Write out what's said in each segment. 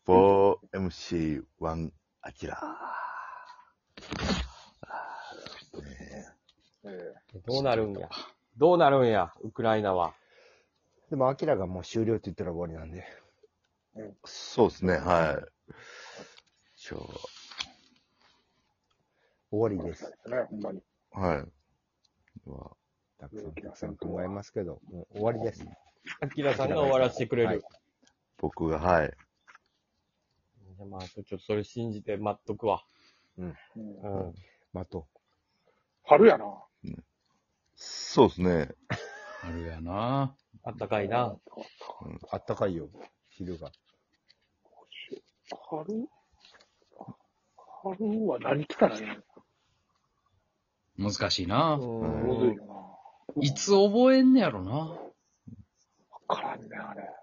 4MC1 アキラ。 どうなるんや。どうなるんや、ウクライナは。 でも、アキラがもう終了って言ったら終わりなんで。 そうですね、はい。 終わりです。 ね、ほんまに。 はい。 たくさん考えますけど、もう終わりです。 アキラさんが終わらせてくれる。 はい僕が、はい。 じゃあまあ、ちょっとそれ信じて待っとくわ。 うん。 うん。 まと。 春やな。 そうですね。 春やな。 あったかいな。 あったかいよ、昼が。 春は何来たらいいの？ 難しいな。 むずいよな。 いつ覚えんねやろな。 わからんね、あれ。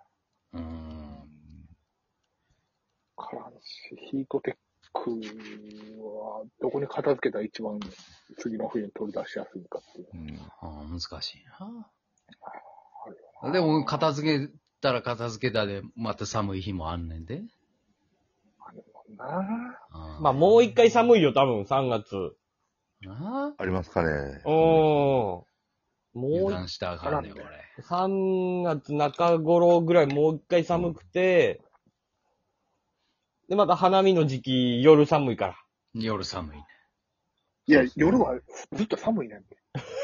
わからんし、ヒートテックはどこに片付けたら一番次の冬に取り出しやすいかっていう。 難しいな。でも、片付けたら片付けたで、また寒い日もあんねんで。 あるもんな。 まあ、もう一回寒いよ、多分、3月。 なありますかね。 も油う、 断したらあかんねん、俺。 3月中頃ぐらいもう一回寒くて、で、また花見の時期、夜寒いから。 夜寒いね。 いや、夜はずっと寒いねんて。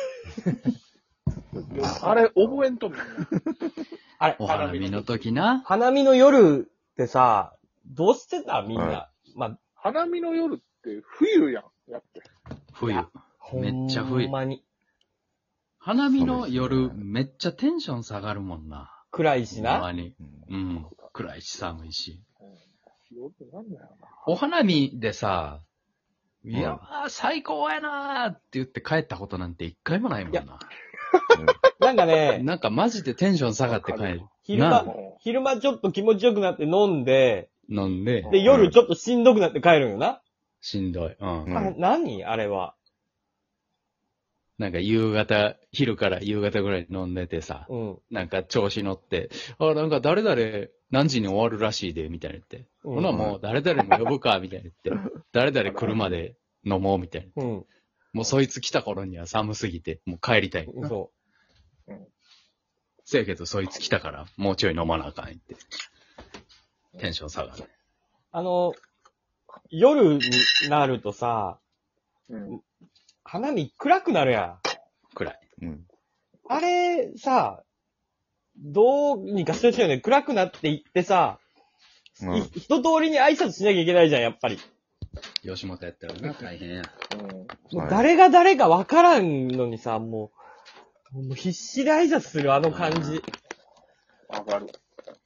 あれ、覚えんとみんな。 あれ、 お花見の時な。 花見の夜ってさ、どうしてたみんな。 はまあ、 花見の夜って冬やん、やって。 冬。めっちゃ冬ほんまに。 花見の夜、めっちゃテンション下がるもんな。 暗いしな。 たまに。うん。暗いし寒いし。 夜なんだよな。 お花見でさ、いやー、最高やなーって言って帰ったことなんて一回もないもんな。 なんかね、 なんかマジでテンション下がって帰る。 昼間、昼間ちょっと気持ちよくなって飲んで、 飲んで、 で、夜ちょっとしんどくなって帰るんよな。 しんどい。うん。 うんあれ、何あれは。 なんか昼から夕方ぐらいに飲んでてさ、 うん。 なんか調子乗って、なんか誰々何時に終わるらしいで、みたいな言って。 うんほなもう誰々も呼ぶか、みたいな言って。誰々来るまで飲もう、みたいな。 うん。 もうそいつ来た頃には寒すぎて、もう帰りたい。 そせやけどそいつ来たから、もうちょい飲まなあかん言って。テンション下がる。 う。夜になるとさ、 うん。 花見暗くなるやん。 暗い。 うん。 あれ、さ、どうにかしてほしいよね。暗くなっていってさ、 うん一通りに挨拶しなきゃいけないじゃん、やっぱり。 吉本やったらな、大変や。 もうはい誰が誰かわからんのにさ、もう必死で挨拶するあの感じ。 上がる。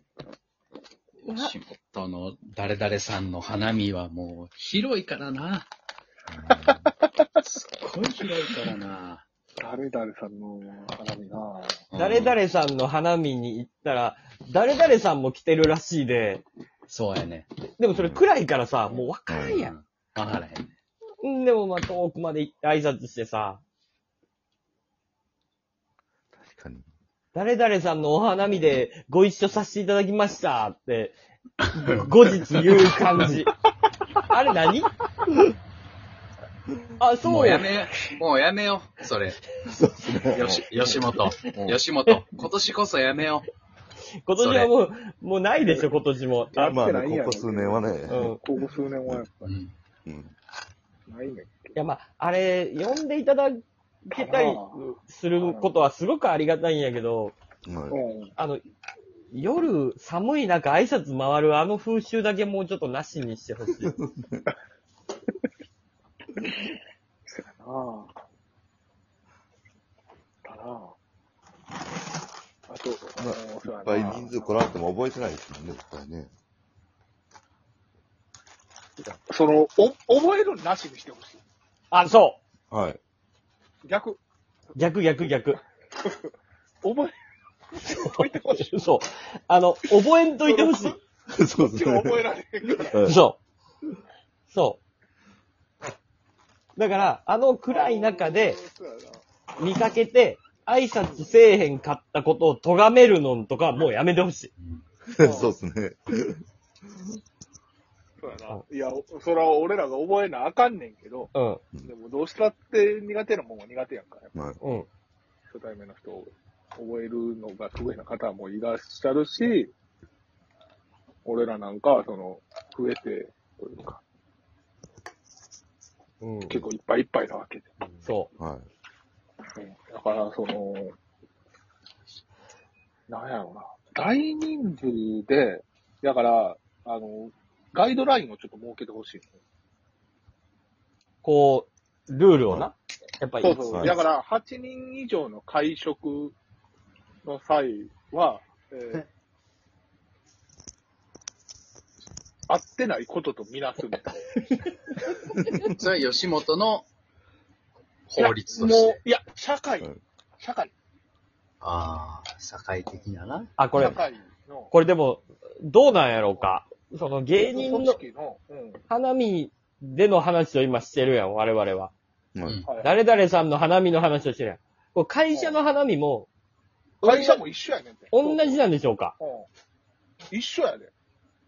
吉本の誰々さんの花見はもう広いからな。すっごい広いからな。 誰々さんの花見な。 誰々さんの花見に行ったら、誰々さんも来てるらしいで、 そうやね。 でもそれ暗いからさ、もうわからんやん。 わからへんね。 でもまあ遠くまで行って挨拶してさ、 確かに。 誰々さんのお花見でご一緒させていただきましたって、後日言う感じ。あれ何あ、 もそううや。 もうやめよう、それ。吉本。今年こそやめよ今年はもうないでしょ、今年も。 やまあね、 ってないやろここ数年はね。 うん。 ここ数年はやっぱう。うん。 うん。 ないねん。 いや、まあ、あれ、呼んでいただけたりすることはすごくありがたいんやけど、 はいうん。 夜寒い中挨拶回るあの風習だけもうちょっとなしにしてほしい。 そうやな。だな。あと、そうやな。 いっぱい人数来られても覚えてないですもんね、絶対ね。 覚えるなしにしてほしい。 あ、そはい。 逆。 う。逆。 覚えといてほしい。 そう。覚えんといてほしい。 そうですね。 覚えられへんから。 はいそう。そう。だから、暗い中でそうやな。 見かけて、挨拶せえへんかったことを咎めるのんとかもうやめてほしい。 そうですね。 そうやな。いや、それは俺らが覚えなあかんねんけど、 うん。 でもどうしたって苦手なもんは苦手やんか。やっぱはい。 うん。 初対面の人を覚えるのが得意な方もいらっしゃるし、俺らなんかは増えて、というか、 うん。 結構いっぱいいっぱいなわけで。 そはい。 だから、なんやろうな。大人数で、だから、ガイドラインをちょっと設けてほしい。 う。こう、ルールをな。やっぱり。 そうそう。 はいだから、8人以上の会食の際は、合ってないこととみなすみたいな。 それは吉本の法律ともして。 う、いや、社会はい、 ああ、社会的なな。 あ、これ、 社会の、 これでも、どうなんやろうか。その芸人組の織の、 花見での話を今してるやん、我々は。 はい。 はい誰々さんの花見の話をしてるやん。これ会社の花見も、 会社も一緒やねんて。 同じなんでしょうか。 一緒やで。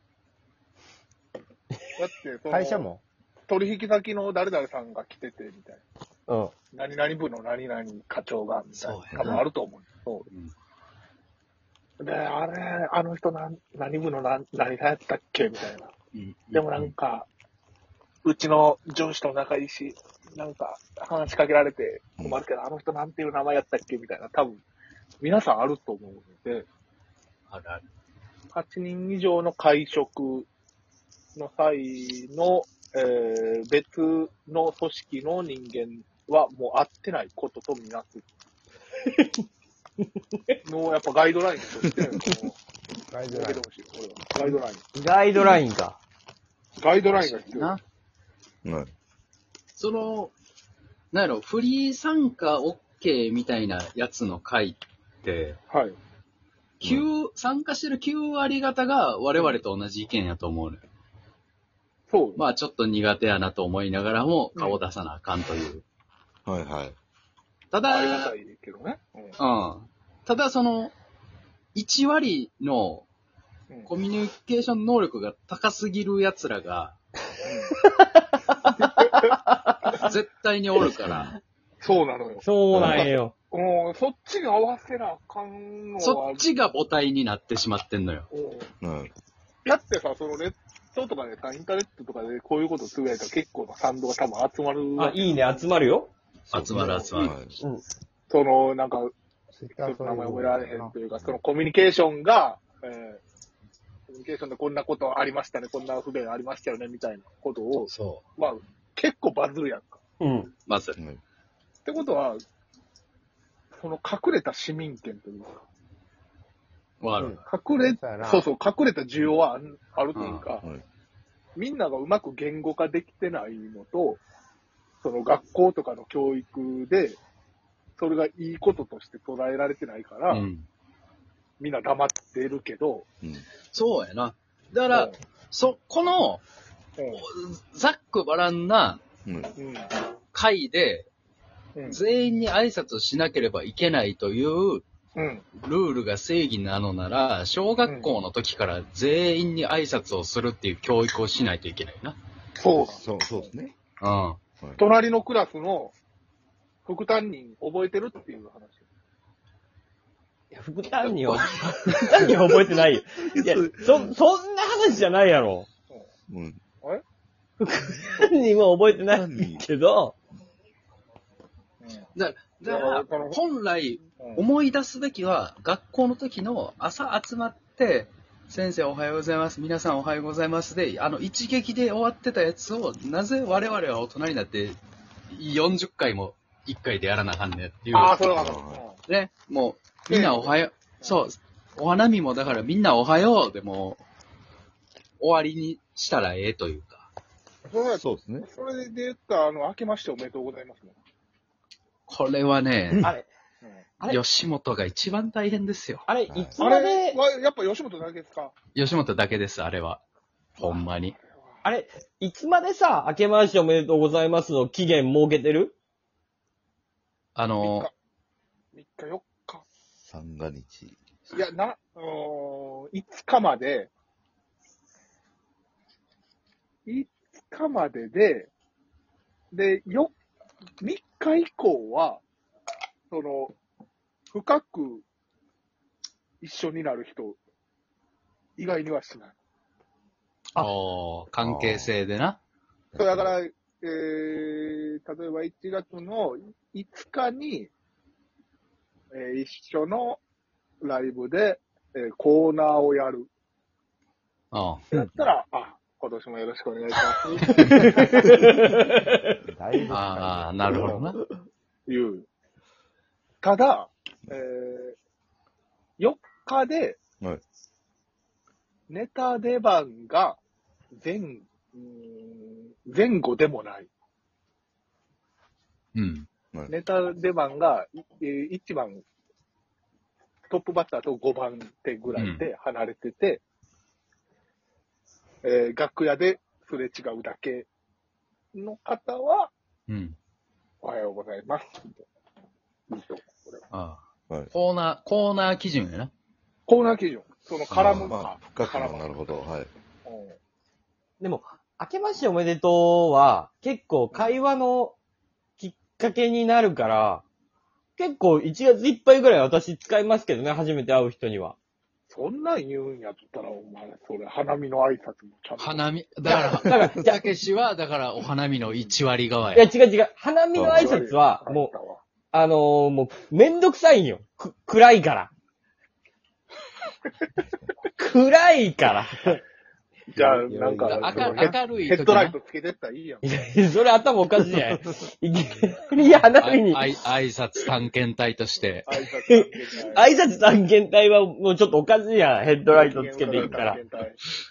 だって、 会社も取引先の誰々さんが来てて、みたいな。 うん。 何々部の何々課長が、みたいな。 そうやな多分あると思う。そううんで、あの人何部の何がやったっけみたいな。 うんでもなんか、うちの上司と仲いいし、なんか話しかけられて困るけど、あの人なんていう名前やったっけみたいな。多分、皆さんあると思うので、 あるある。 8人以上の会食の際の、別の組織の人間はもう会ってないこととみなす。の、やっぱガイドラインとして、 ガイドライン設けて。ほしい。俺はガイドライン。 ガイドラインか。 ガイドラインが必要。 な。 はい。 なんやろ、フリー参加 OK みたいなやつの会って、 はい。 参加してる9割方が我々と同じ意見やと思うね。 そう。 まあちょっと苦手やなと思いながらも顔出さなあかんという。 はいはい。 たありがだ、 たいけどね。 ただ1割のうんコミュニケーション能力が高すぎる奴らが、絶対におるから、 そうなのよ。 そうなんよ。 そっちが合わせなあかんのは。 そっちが母体になってしまってんのよ。 はい。 だってさ、ネットとかでさ、インターネットとかでこういうことつぶやいたら結構な賛同が多分集まる。 あ、いいね、集まるよ。 集まる集まる。 はい。 なんか、 ツイッちょっと名前ターそういう覚えられへんというか、コミュニケーションが、コミュニケーションでこんなことありましたね、こんな不便ありましたよね、みたいなことを、 そまあ、結構バズるやんか。 うん。 う。まず。 はい。 ってことは、隠れた市民権というか、 わかる。 そうやなそう、隠れた需要はあるというか、 はい。 みんながうまく言語化できてないのと、学校とかの教育で、それがいいこととして捉えられてないから、 うん。 みんな黙ってるけど、 うん。 そうやな。だから、この、ざっくばらんなうん。 うん。 会で、 うん。 全員に挨拶をしなければいけないといううん。 ルールが正義なのなら、小学校の時から全員に挨拶をするっていう教育をしないといけないな。 そうだ。 そうですね。 うん。 隣のクラスの副担任覚えてるっていう話。 副担任は、副担任は覚えてないよ。いや、そんな話じゃないやろ。 うん。 副担任は覚えてないけど、 だから、本来うん。 思い出すべきは、学校の時の朝集まって、先生おはようございます。皆さんおはようございます。で、一撃で終わってたやつを、なぜ我々は大人になって40回も1回でやらなあかんねんっていう。 ああ、そうだ。 ね、もう、みんなおはよう。そう、お花見もだからみんなおはようでも終わりにしたらええというか。 そうですね。 それで言ったら、明けましておめでとうございますね。 これはね、 あれ、あれ吉本が一番大変ですよ。 あれ、いつあまで、 れは、やっぱ吉本だけですか？ 吉本だけです、あれは。ほんまに。 あれ、いつまでさ、明けましておめでとうございますの期限設けてる 3日、4日。 三が日。 いや、5日まで、 5日までで、で、3日以降は、深く一緒になる人、意外にはしない。 関係性でな。 そう、だから、例えば1月の5日に、一緒のライブで、コーナーをやる。 あだったら、今年もよろしくお願いします。 だいぶああ、なるほどな。 いう。ただ、4日で、 はい。 ネタ出番が前後でもない。 うん。 ネタ出番が、1番、トップバッターと5番手ぐらいで離れてて、楽屋ですれ違うだけの方は、 うん。 おはようございます。いいと思うこれはああ。 はい。 コーナー基準やな。 コーナー基準。絡むまあ、深くもなるほど。はい。 うんでも、明けましておめでとうは、結構会話のきっかけになるから、結構1月いっぱいぐらい私使いますけどね、初めて会う人には。 そんなん言うんやったら、お前、それ、花見の挨拶もちゃんと。 花見、だかだから、 たけしは、だからお花見の1割側いや、 や。 違う。花見の挨拶は、もう、もう、めんどくさいんよ。暗いから。暗いから。 じゃあ、なんか、 明るい時なヘッドライトつけてったらいいやん。 いやそれ頭おかしいやん。いきなり花見に。 挨拶探検隊として。 挨拶挨拶探検隊はもうちょっとおかしいやん。ヘッドライトつけていったら。